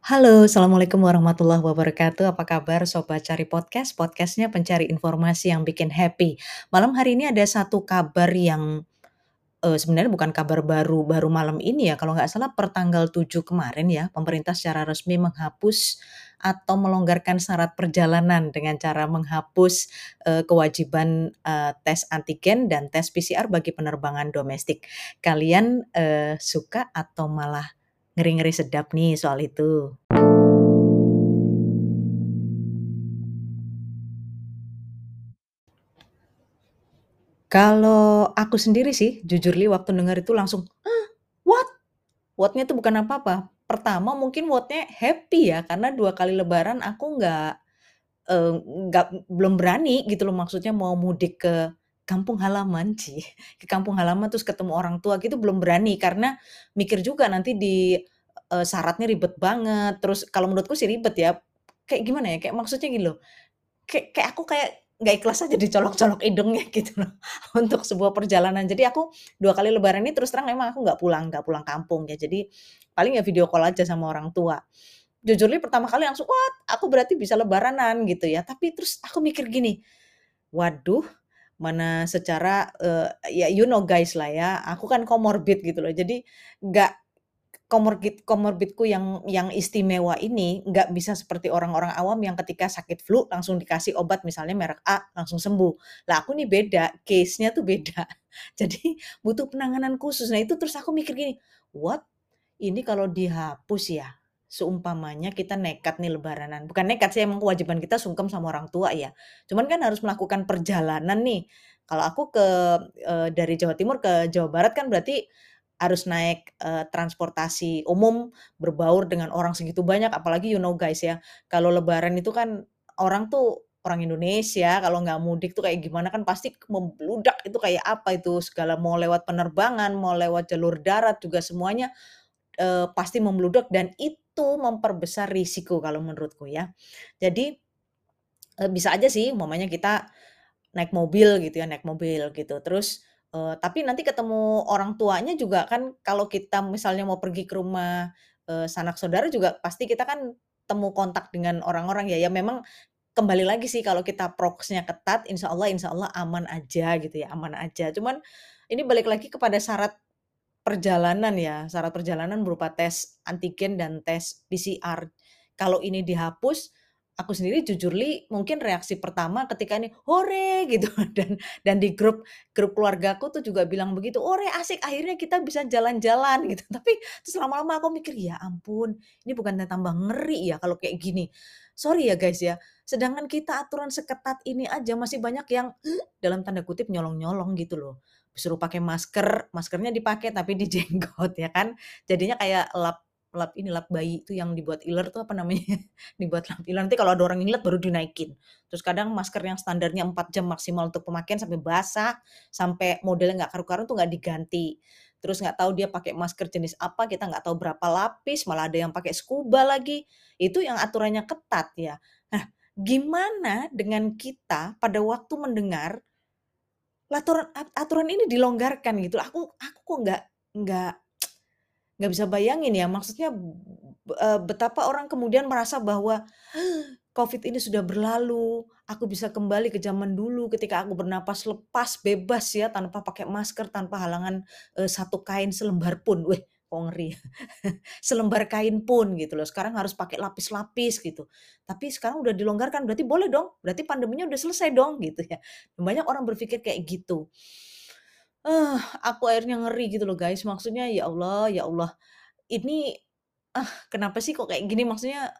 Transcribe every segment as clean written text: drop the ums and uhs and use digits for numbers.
Halo, Assalamualaikum warahmatullahi wabarakatuh. Apa kabar Sobat Cari Podcast? Podcastnya pencari informasi yang bikin happy. Malam hari ini ada satu kabar yang sebenarnya bukan kabar baru malam ini ya, kalau nggak salah pertanggal 7 kemarin ya, pemerintah secara resmi menghapus atau melonggarkan syarat perjalanan dengan cara menghapus, kewajiban, tes antigen dan tes PCR bagi penerbangan domestik. Kalian, suka atau malah ngeri-ngeri sedap nih soal itu? Kalau aku sendiri sih, jujur li waktu denger itu langsung, "Hah, what?" What-nya tuh bukan apa-apa. Pertama mungkin what-nya happy ya, karena 2 kali lebaran aku belum berani gitu loh, maksudnya mau mudik ke kampung halaman, ke kampung halaman terus ketemu orang tua gitu belum berani, karena mikir juga nanti syaratnya ribet banget, terus kalau menurutku sih ribet ya, kayak gimana ya, kayak maksudnya gini loh, kayak aku kayak nggak ikhlas aja dicolok-colok hidungnya gitu loh, untuk sebuah perjalanan. Jadi aku 2 kali lebaran ini terus terang memang aku nggak pulang kampung ya, jadi paling ya video call aja sama orang tua. Jujur li pertama kali langsung, "What? Aku berarti bisa lebaranan," gitu ya. Tapi terus aku mikir gini, "Waduh, mana secara, ya you know guys lah ya, aku kan comorbid gitu loh. Jadi nggak komorbidku yang istimewa ini nggak bisa seperti orang-orang awam yang ketika sakit flu langsung dikasih obat misalnya merek A langsung sembuh. Lah aku nih beda, case-nya tuh beda. Jadi butuh penanganan khusus. Nah itu terus aku mikir gini, "What? Ini kalau dihapus ya, seumpamanya kita nekat nih lebaranan." Bukan nekat sih, emang kewajiban kita sungkem sama orang tua ya. Cuman kan harus melakukan perjalanan nih. Kalau aku dari Jawa Timur ke Jawa Barat kan berarti harus naik, transportasi umum, berbaur dengan orang segitu banyak, apalagi you know guys ya, kalau lebaran itu kan orang tuh orang Indonesia kalau nggak mudik tuh kayak gimana kan pasti membludak itu kayak apa itu, segala mau lewat penerbangan, mau lewat jalur darat juga semuanya, pasti membludak dan itu memperbesar risiko kalau menurutku ya. Jadi, bisa aja sih umpamanya kita naik mobil gitu ya, naik mobil gitu. Terus, tapi nanti ketemu orang tuanya juga kan kalau kita misalnya mau pergi ke rumah, sanak saudara juga pasti kita kan temu kontak dengan orang-orang ya. Ya memang kembali lagi sih kalau kita prokesnya ketat, insya Allah aman aja gitu ya, aman aja. Cuman ini balik lagi kepada syarat perjalanan ya, syarat perjalanan berupa tes antigen dan tes PCR. Kalau ini dihapus, aku sendiri jujur li mungkin reaksi pertama ketika ini, "Hore!" gitu dan di grup keluargaku tuh juga bilang begitu, "Hore, asik akhirnya kita bisa jalan-jalan," gitu. Tapi terus lama-lama aku mikir, "Ya ampun, ini bukannya tambah ngeri ya kalau kayak gini?" Sorry ya guys ya, sedangkan kita aturan seketat ini aja masih banyak yang dalam tanda kutip "nyolong-nyolong" gitu loh. Disuruh pakai masker, maskernya dipakai tapi di jenggot ya kan. Jadinya kayak lap lap ini, lap bayi itu yang dibuat iler tuh apa namanya, dibuat lap iler, nanti kalau ada orang ngilet baru dinaikin. Terus kadang masker yang standarnya 4 jam maksimal untuk pemakaian sampai basah, sampai modelnya nggak karu-karuan tuh nggak diganti. Terus nggak tahu dia pakai masker jenis apa, kita nggak tahu berapa lapis, malah ada yang pakai scuba lagi. Itu yang aturannya ketat ya. Nah, gimana dengan kita pada waktu mendengar aturan ini dilonggarkan gitu, aku kok nggak nggak bisa bayangin ya, maksudnya betapa orang kemudian merasa bahwa, Covid ini sudah berlalu, aku bisa kembali ke zaman dulu ketika aku bernapas lepas, bebas ya, tanpa pakai masker, tanpa halangan, 1 kain selembar pun. Wih, kok ngeri ya. Selembar kain pun gitu loh, sekarang harus pakai lapis-lapis gitu. Tapi sekarang udah dilonggarkan, berarti boleh dong, berarti pandeminya udah selesai dong gitu ya. Banyak orang berpikir kayak gitu. Aku akhirnya ngeri gitu loh guys, maksudnya ya Allah, ini, kenapa sih kok kayak gini? Maksudnya,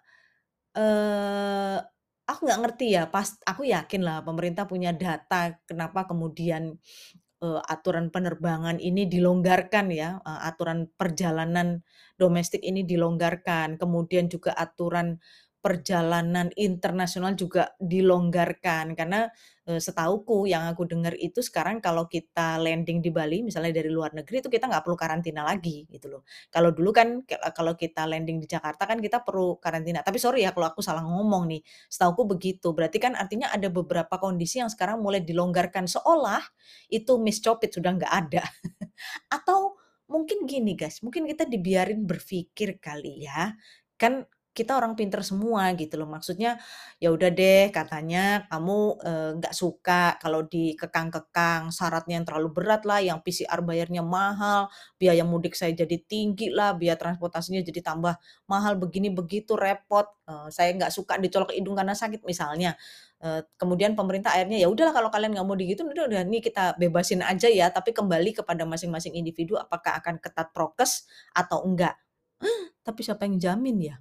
eee, aku nggak ngerti ya, aku yakin lah pemerintah punya data kenapa kemudian, aturan penerbangan ini dilonggarkan ya, aturan perjalanan domestik ini dilonggarkan, kemudian juga aturan perjalanan internasional juga dilonggarkan. Karena, setahuku yang aku dengar itu sekarang kalau kita landing di Bali misalnya dari luar negeri itu kita nggak perlu karantina lagi gitu loh. Kalau dulu kan kalau kita landing di Jakarta kan kita perlu karantina, tapi sorry ya kalau aku salah ngomong nih, setahuku begitu. Berarti kan artinya ada beberapa kondisi yang sekarang mulai dilonggarkan, seolah itu Miss Copit sudah nggak ada. Atau mungkin gini guys, mungkin kita dibiarin berpikir kali ya, kan kita orang pinter semua gitu loh. Maksudnya, ya udah deh katanya kamu, nggak suka kalau dikekang-kekang, syaratnya yang terlalu berat lah, yang PCR bayarnya mahal, biaya mudik saya jadi tinggi lah, biaya transportasinya jadi tambah mahal, begini begitu, repot, saya nggak suka dicolok hidung karena sakit misalnya. Kemudian pemerintah akhirnya, "Ya udahlah kalau kalian nggak mau digituin, udah nih kita bebasin aja ya, tapi kembali kepada masing-masing individu apakah akan ketat prokes atau enggak." Tapi siapa yang jamin ya?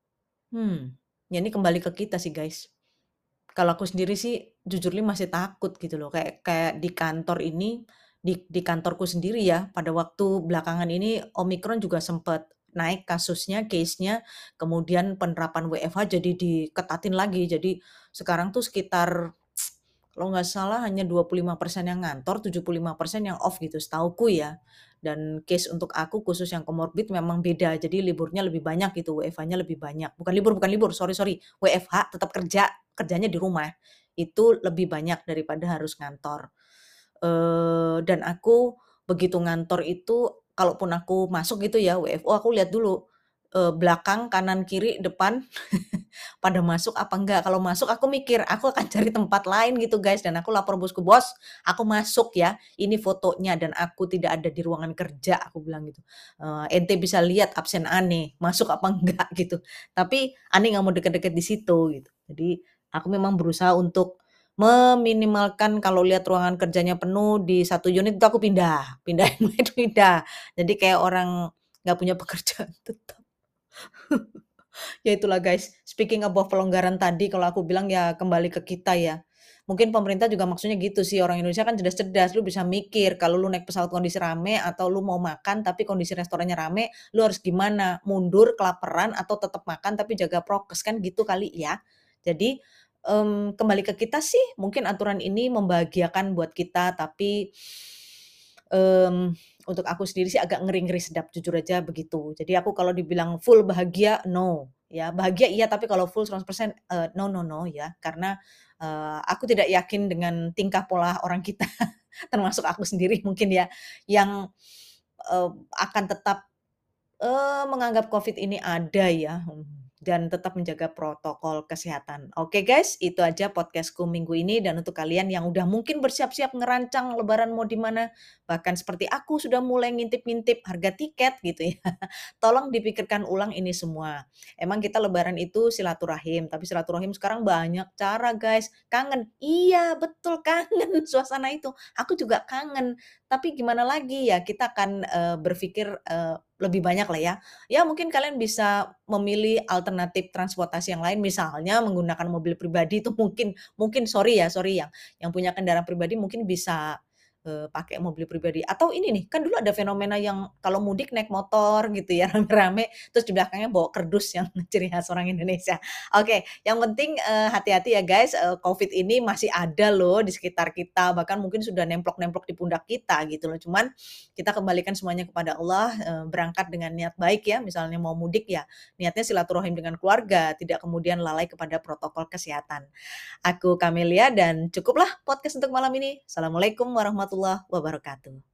Ya ini kembali ke kita sih, guys. Kalau aku sendiri sih jujurly masih takut gitu loh, kayak kayak di kantor ini, di kantorku sendiri ya, pada waktu belakangan ini Omikron juga sempet naik kasusnya, case-nya, kemudian penerapan WFH jadi diketatin lagi. Jadi sekarang tuh sekitar kalau nggak salah hanya 25% yang ngantor, 75% yang off gitu setahuku ya. Dan case untuk aku khusus yang comorbid memang beda, jadi liburnya lebih banyak gitu, WFH-nya lebih banyak. Bukan libur, sorry sorry, WFH tetap kerja, kerjanya di rumah. Itu lebih banyak daripada harus ngantor. Dan aku begitu ngantor itu, kalaupun aku masuk gitu ya WFO, aku lihat dulu, belakang, kanan, kiri, depan pada masuk apa enggak. Kalau masuk aku mikir, aku akan cari tempat lain gitu guys, dan aku lapor bosku, "Bos, aku masuk ya, ini fotonya dan aku tidak ada di ruangan kerja," aku bilang gitu. "Ente bisa lihat absen ane, masuk apa enggak," gitu. Tapi ane nggak mau deket-deket di situ gitu. Jadi aku memang berusaha untuk meminimalkan kalau lihat ruangan kerjanya penuh di satu unit itu aku pindah, pindah yang lain pindah. Jadi kayak orang nggak punya pekerjaan tetap. Ya itulah guys, speaking about pelonggaran tadi kalau aku bilang ya kembali ke kita ya. Mungkin pemerintah juga maksudnya gitu sih, orang Indonesia kan cerdas-cerdas, lu bisa mikir kalau lu naik pesawat kondisi rame atau lu mau makan tapi kondisi restorannya rame, lu harus gimana? Mundur kelaparan atau tetap makan tapi jaga prokes, kan gitu kali ya. Jadi, kembali ke kita sih, mungkin aturan ini membahagiakan buat kita tapi, mmm, untuk aku sendiri sih agak ngeri-ngeri sedap, jujur aja begitu. Jadi aku kalau dibilang full bahagia, no. Ya, bahagia iya, tapi kalau full 100%, no no no ya. Karena, aku tidak yakin dengan tingkah pola orang kita, termasuk aku sendiri mungkin ya, yang, akan tetap menganggap Covid ini ada ya, dan tetap menjaga protokol kesehatan. Oke guys, itu aja podcastku minggu ini dan untuk kalian yang udah mungkin bersiap-siap ngerancang lebaran mau di mana, bahkan seperti aku sudah mulai ngintip-ngintip harga tiket gitu ya, tolong dipikirkan ulang ini semua. Emang kita lebaran itu silaturahim, tapi silaturahim sekarang banyak cara guys. Kangen? Iya betul kangen suasana itu, aku juga kangen. Tapi gimana lagi ya, kita akan, berpikir, lebih banyak lah ya. Ya mungkin kalian bisa memilih alternatif transportasi yang lain, misalnya menggunakan mobil pribadi itu mungkin mungkin sorry ya, yang punya kendaraan pribadi mungkin bisa, pakai mobil pribadi. Atau ini nih, kan dulu ada fenomena yang kalau mudik naik motor gitu ya, rame-rame, terus di belakangnya bawa kerdus yang ciri khas orang Indonesia. Oke, yang penting, hati-hati ya guys, Covid ini masih ada loh di sekitar kita, bahkan mungkin sudah nemplok-nemplok di pundak kita gitu loh. Cuman kita kembalikan semuanya kepada Allah, berangkat dengan niat baik ya, misalnya mau mudik ya, niatnya silaturahim dengan keluarga, tidak kemudian lalai kepada protokol kesehatan. Aku Kamelia dan cukuplah podcast untuk malam ini. Assalamualaikum warahmatullahi wabarakatuh.